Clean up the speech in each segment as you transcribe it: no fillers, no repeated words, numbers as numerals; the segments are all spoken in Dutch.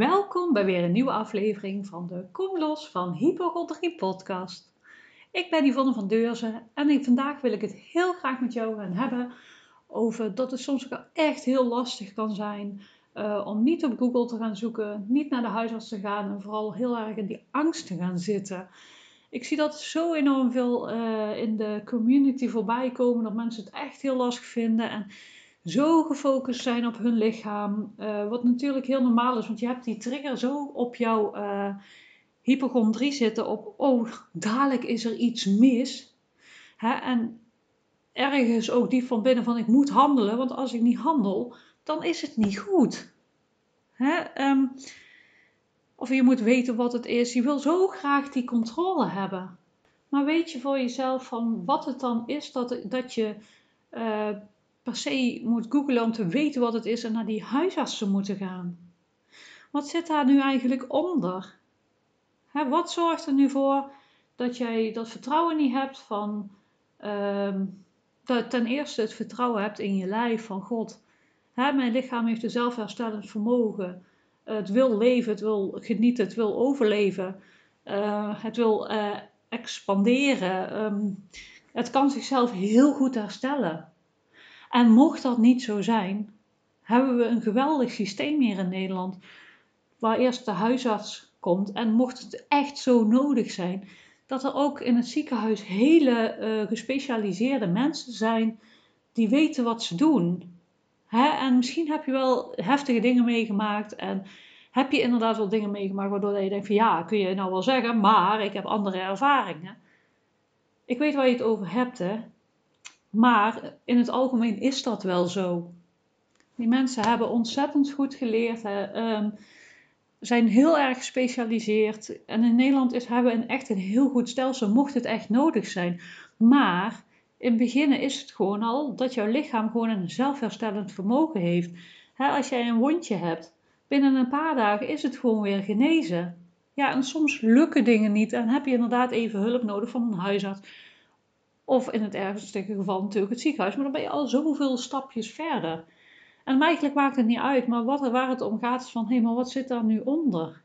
Welkom bij weer een nieuwe aflevering van de Kom Los van Hypochondrie podcast. Ik ben Yvonne van Deurzen en vandaag wil ik het heel graag met jou gaan hebben over dat het soms ook echt heel lastig kan zijn om niet op Google te gaan zoeken, niet naar de huisarts te gaan en vooral heel erg in die angst te gaan zitten. Ik zie dat zo enorm veel in de community voorbij komen, dat mensen het echt heel lastig vinden en zo gefocust zijn op hun lichaam. Wat natuurlijk heel normaal is, want je hebt die trigger zo op jouw hypochondrie zitten op, oh, dadelijk is er iets mis. Hè? En ergens ook diep van binnen van, ik moet handelen, want als ik niet handel, dan is het niet goed. Hè? Of je moet weten wat het is. Je wil zo graag die controle hebben. Maar weet je voor jezelf van wat het dan is dat je per se moet googlen om te weten wat het is en naar die huisartsen moeten gaan. Wat zit daar nu eigenlijk onder? Wat zorgt er nu voor dat jij dat vertrouwen niet hebt van, dat ten eerste het vertrouwen hebt in je lijf van God. Mijn lichaam heeft een zelfherstellend vermogen. Het wil leven, het wil genieten, het wil overleven. Het wil expanderen. Het kan zichzelf heel goed herstellen. En mocht dat niet zo zijn, hebben we een geweldig systeem hier in Nederland, waar eerst de huisarts komt en mocht het echt zo nodig zijn, dat er ook in het ziekenhuis hele gespecialiseerde mensen zijn die weten wat ze doen. En misschien heb je wel heftige dingen meegemaakt en heb je inderdaad wel dingen meegemaakt waardoor je denkt van ja, kun je nou wel zeggen, maar ik heb andere ervaringen. Ik weet waar je het over hebt, hè. Maar in het algemeen is dat wel zo. Die mensen hebben ontzettend goed geleerd, zijn heel erg gespecialiseerd. En in Nederland hebben we echt een heel goed stelsel, mocht het echt nodig zijn. Maar in het begin is het gewoon al dat jouw lichaam gewoon een zelfherstellend vermogen heeft. Als jij een wondje hebt, binnen een paar dagen is het gewoon weer genezen. Ja, en soms lukken dingen niet en heb je inderdaad even hulp nodig van een huisarts. Of in het ergste geval natuurlijk het ziekenhuis, maar dan ben je al zoveel stapjes verder. En eigenlijk maakt het niet uit, maar waar het om gaat is van, hé, maar wat zit daar nu onder?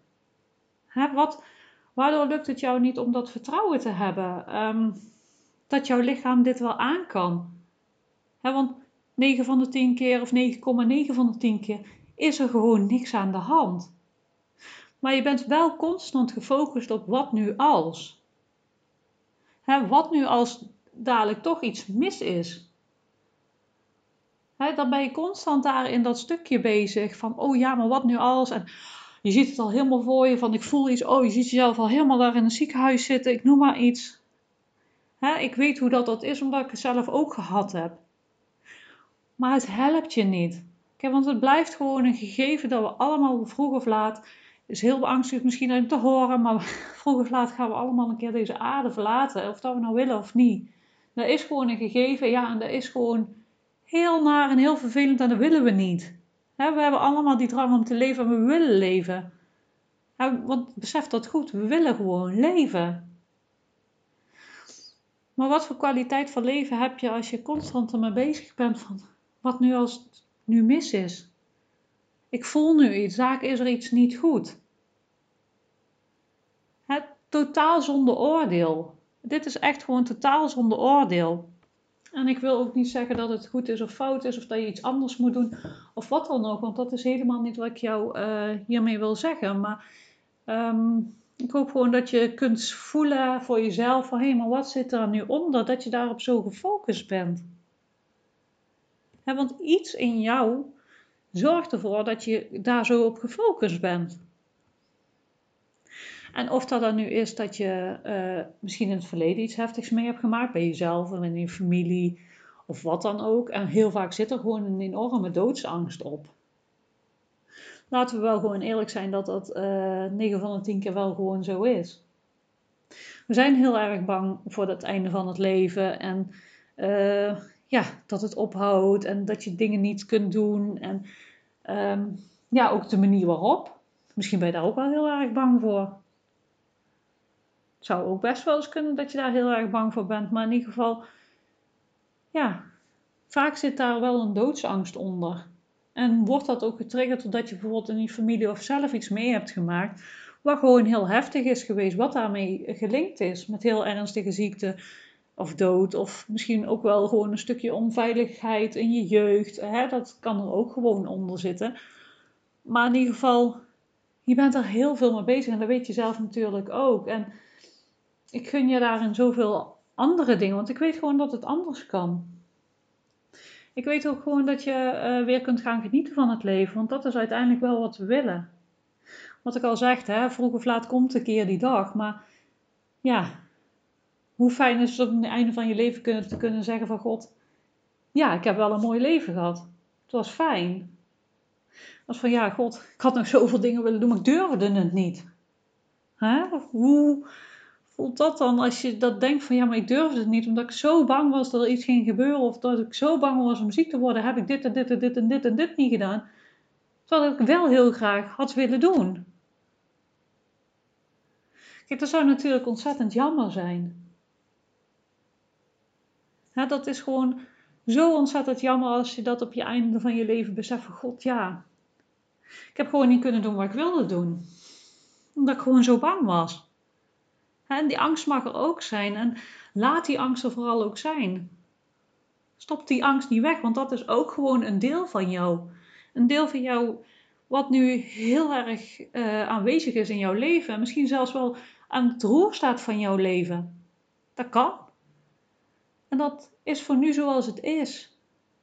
Waardoor lukt het jou niet om dat vertrouwen te hebben? Dat jouw lichaam dit wel aan kan. Want 9 van de 10 keer of 9,9 van de 10 keer is er gewoon niks aan de hand. Maar je bent wel constant gefocust op wat nu als. Wat nu als dadelijk toch iets mis is? Dan ben je constant daar in dat stukje bezig van, oh ja, maar wat nu als? En je ziet het al helemaal voor je van, ik voel iets, oh, je ziet jezelf al helemaal daar in een ziekenhuis zitten, ik noem maar iets. Ik weet hoe dat is, omdat ik het zelf ook gehad heb. Maar het helpt je niet. Want het blijft gewoon een gegeven dat we allemaal vroeg of laat, is heel beangstigend misschien om te horen, maar vroeg of laat gaan we allemaal een keer deze aarde verlaten, of dat we nou willen of niet. Dat is gewoon een gegeven, ja, en dat is gewoon heel naar en heel vervelend en dat willen we niet. We hebben allemaal die drang om te leven en we willen leven. Want besef dat goed, we willen gewoon leven. Maar wat voor kwaliteit van leven heb je als je constant ermee bezig bent van wat nu als het nu mis is? Ik voel nu iets, daar is er iets niet goed. Totaal zonder oordeel. Dit is echt gewoon totaal zonder oordeel. En ik wil ook niet zeggen dat het goed is of fout is, of dat je iets anders moet doen, of wat dan ook, want dat is helemaal niet wat ik jou hiermee wil zeggen. Maar ik hoop gewoon dat je kunt voelen voor jezelf van, hé, maar wat zit er nu onder, dat je daarop zo gefocust bent. Want iets in jou zorgt ervoor dat je daar zo op gefocust bent. En of dat dan nu is dat je misschien in het verleden iets heftigs mee hebt gemaakt bij jezelf of in je familie of wat dan ook. En heel vaak zit er gewoon een enorme doodsangst op. Laten we wel gewoon eerlijk zijn dat dat 9 van de 10 keer wel gewoon zo is. We zijn heel erg bang voor het einde van het leven en dat het ophoudt en dat je dingen niet kunt doen. En ook de manier waarop. Misschien ben je daar ook wel heel erg bang voor. Het zou ook best wel eens kunnen dat je daar heel erg bang voor bent. Maar in ieder geval, vaak zit daar wel een doodsangst onder. En wordt dat ook getriggerd doordat je bijvoorbeeld in je familie of zelf iets mee hebt gemaakt, wat gewoon heel heftig is geweest, wat daarmee gelinkt is met heel ernstige ziekte of dood, of misschien ook wel gewoon een stukje onveiligheid in je jeugd. Dat kan er ook gewoon onder zitten. Maar in ieder geval, je bent er heel veel mee bezig en dat weet je zelf natuurlijk ook. En ik gun je daarin zoveel andere dingen, want ik weet gewoon dat het anders kan. Ik weet ook gewoon dat je weer kunt gaan genieten van het leven, want dat is uiteindelijk wel wat we willen. Wat ik al zeg, vroeg of laat komt een keer die dag, maar ja, hoe fijn is het op het einde van je leven te kunnen zeggen van God, ja, ik heb wel een mooi leven gehad. Het was fijn. Als van ja, God, ik had nog zoveel dingen willen doen, maar ik durfde het niet. Hoe voelt dat dan als je dat denkt van ja, maar ik durfde het niet omdat ik zo bang was dat er iets ging gebeuren of dat ik zo bang was om ziek te worden, heb ik dit en dit en dit en dit en dit niet gedaan. Terwijl ik wel heel graag had willen doen. Kijk, dat zou natuurlijk ontzettend jammer zijn. Dat is gewoon zo ontzettend jammer als je dat op je einde van je leven beseft van God, ja. Ik heb gewoon niet kunnen doen wat ik wilde doen. Omdat ik gewoon zo bang was. En die angst mag er ook zijn. En laat die angst er vooral ook zijn. Stop die angst niet weg, want dat is ook gewoon een deel van jou. Een deel van jou wat nu heel erg aanwezig is in jouw leven. En misschien zelfs wel aan het roer staat van jouw leven. Dat kan. En dat is voor nu zoals het is.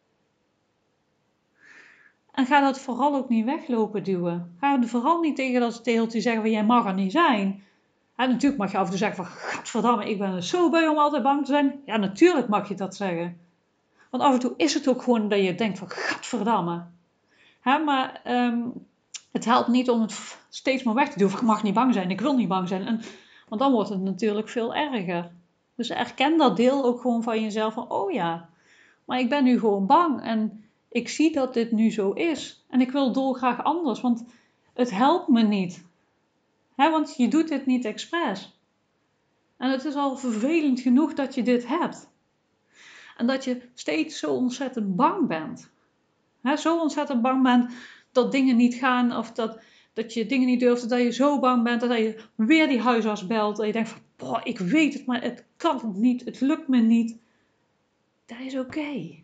En ga dat vooral ook niet weglopen duwen. Ga er vooral niet tegen dat teeltje zeggen van jij mag er niet zijn. En natuurlijk mag je af en toe zeggen van gadverdamme, ik ben er zo beu om altijd bang te zijn. Ja, natuurlijk mag je dat zeggen. Want af en toe is het ook gewoon dat je denkt van gadverdamme. Maar het helpt niet om het steeds maar weg te doen. Ik mag niet bang zijn, ik wil niet bang zijn. Want dan wordt het natuurlijk veel erger. Dus erken dat deel ook gewoon van jezelf van oh ja, maar ik ben nu gewoon bang. En ik zie dat dit nu zo is. En ik wil dolgraag anders, want het helpt me niet. Want je doet dit niet expres. En het is al vervelend genoeg dat je dit hebt. En dat je steeds zo ontzettend bang bent. Zo ontzettend bang bent dat dingen niet gaan of dat je dingen niet durft. Dat je zo bang bent dat je weer die huisarts belt. En je denkt van, boah, ik weet het, maar het kan niet. Het lukt me niet. Dat is oké.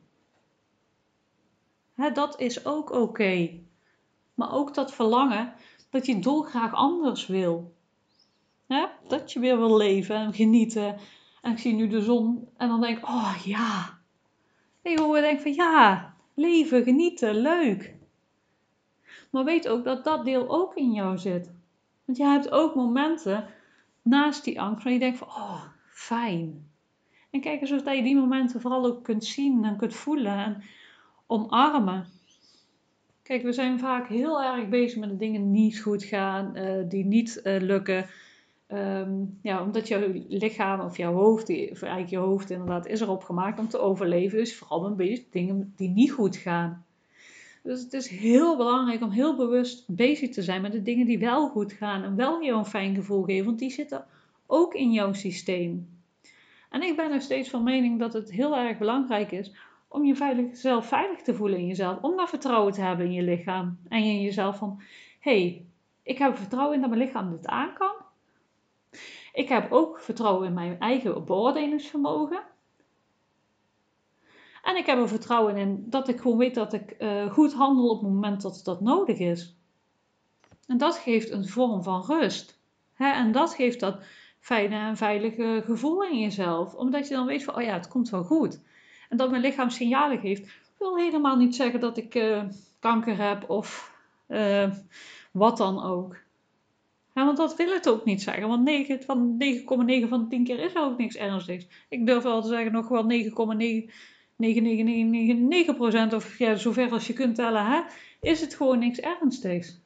Dat is ook oké. Maar ook dat verlangen dat je dolgraag anders wil. Dat je weer wil leven en genieten. En ik zie nu de zon en dan denk ik, oh ja. En je denkt van ja, leven, genieten, leuk. Maar weet ook dat dat deel ook in jou zit. Want je hebt ook momenten naast die angst waar je denkt van oh, fijn. En kijk eens of dat je die momenten vooral ook kunt zien en kunt voelen en omarmen. Kijk, we zijn vaak heel erg bezig met de dingen die niet goed gaan, die niet lukken. Omdat jouw lichaam of jouw hoofd, of eigenlijk je hoofd inderdaad, is erop gemaakt om te overleven. Dus vooral een beetje dingen die niet goed gaan. Dus het is heel belangrijk om heel bewust bezig te zijn met de dingen die wel goed gaan. En wel jou een fijn gevoel geven, want die zitten ook in jouw systeem. En ik ben nog steeds van mening dat het heel erg belangrijk is om jezelf veilig te voelen in jezelf. Om dat vertrouwen te hebben in je lichaam. En in jezelf van, hé, ik heb vertrouwen in dat mijn lichaam dit aan kan. Ik heb ook vertrouwen in mijn eigen beoordelingsvermogen. En ik heb er vertrouwen in dat ik gewoon weet dat ik goed handel op het moment dat dat nodig is. En dat geeft een vorm van rust. En dat geeft dat fijne en veilige gevoel in jezelf. Omdat je dan weet van, oh ja, het komt wel goed. En dat mijn lichaam signalen geeft, wil helemaal niet zeggen dat ik kanker heb of wat dan ook. Want dat wil het ook niet zeggen. Want 9,9 van de 10 keer is er ook niks ernstigs. Ik durf wel te zeggen nog wel 9,99999% of ja, zover als je kunt tellen, is het gewoon niks ernstigs.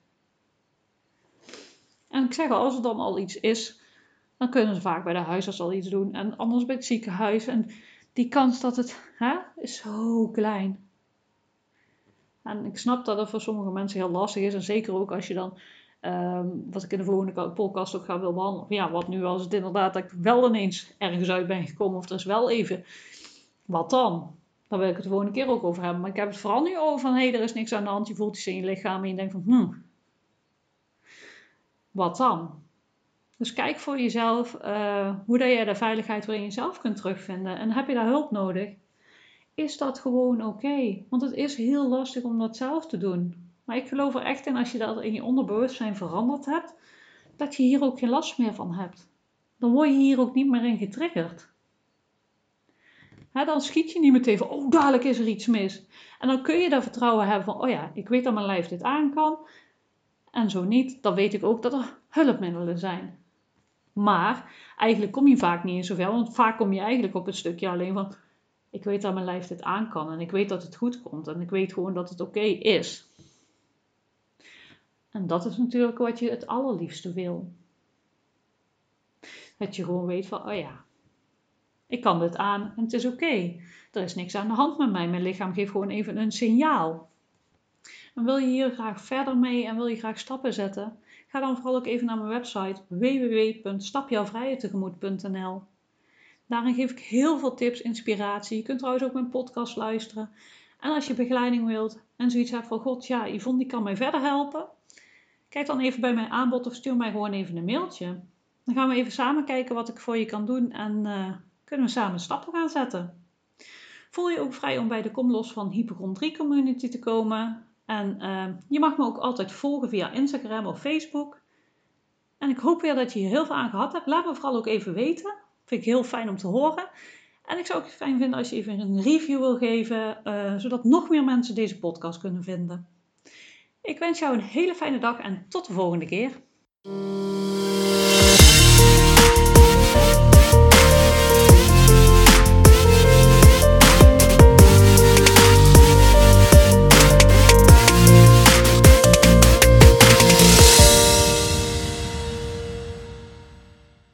En ik zeg al, als er dan al iets is, dan kunnen ze vaak bij de huisarts al iets doen. En anders bij het ziekenhuis. En die kans dat het is zo klein. En ik snap dat het voor sommige mensen heel lastig is. En zeker ook als je dan, wat ik in de volgende podcast ook ga wil behandelen. Ja, wat nu als het inderdaad dat ik wel ineens ergens uit ben gekomen. Of er is wel even, wat dan? Daar wil ik het de volgende keer ook over hebben. Maar ik heb het vooral nu over van, er is niks aan de hand. Je voelt iets in je lichaam en je denkt van, wat dan? Dus kijk voor jezelf hoe dat je de veiligheid weer in jezelf kunt terugvinden. En heb je daar hulp nodig? Is dat gewoon oké? Want het is heel lastig om dat zelf te doen. Maar ik geloof er echt in, als je dat in je onderbewustzijn veranderd hebt, dat je hier ook geen last meer van hebt. Dan word je hier ook niet meer in getriggerd. Dan schiet je niet meteen van, dadelijk is er iets mis. En dan kun je daar vertrouwen hebben van, ik weet dat mijn lijf dit aan kan. En zo niet, dan weet ik ook dat er hulpmiddelen zijn. Maar eigenlijk kom je vaak niet in zover, want vaak kom je eigenlijk op het stukje alleen van, ik weet dat mijn lijf dit aan kan en ik weet dat het goed komt en ik weet gewoon dat het oké is. En dat is natuurlijk wat je het allerliefste wil. Dat je gewoon weet van, ik kan dit aan en het is oké. Er is niks aan de hand met mij. Mijn lichaam geeft gewoon even een signaal. En wil je hier graag verder mee en wil je graag stappen zetten? Ga dan vooral ook even naar mijn website www.stapjouwvrijetegemoet.nl. Daarin geef ik heel veel tips, inspiratie. Je kunt trouwens ook mijn podcast luisteren. En als je begeleiding wilt en zoiets hebt van, Yvonne die kan mij verder helpen. Kijk dan even bij mijn aanbod of stuur mij gewoon even een mailtje. Dan gaan we even samen kijken wat ik voor je kan doen en kunnen we samen stappen gaan zetten. Voel je ook vrij om bij de Kom Los van Hypochondrie Community te komen. En je mag me ook altijd volgen via Instagram of Facebook. En ik hoop weer dat je hier heel veel aan gehad hebt. Laat me vooral ook even weten. Vind ik heel fijn om te horen. En ik zou het fijn vinden als je even een review wil geven, zodat nog meer mensen deze podcast kunnen vinden. Ik wens jou een hele fijne dag en tot de volgende keer.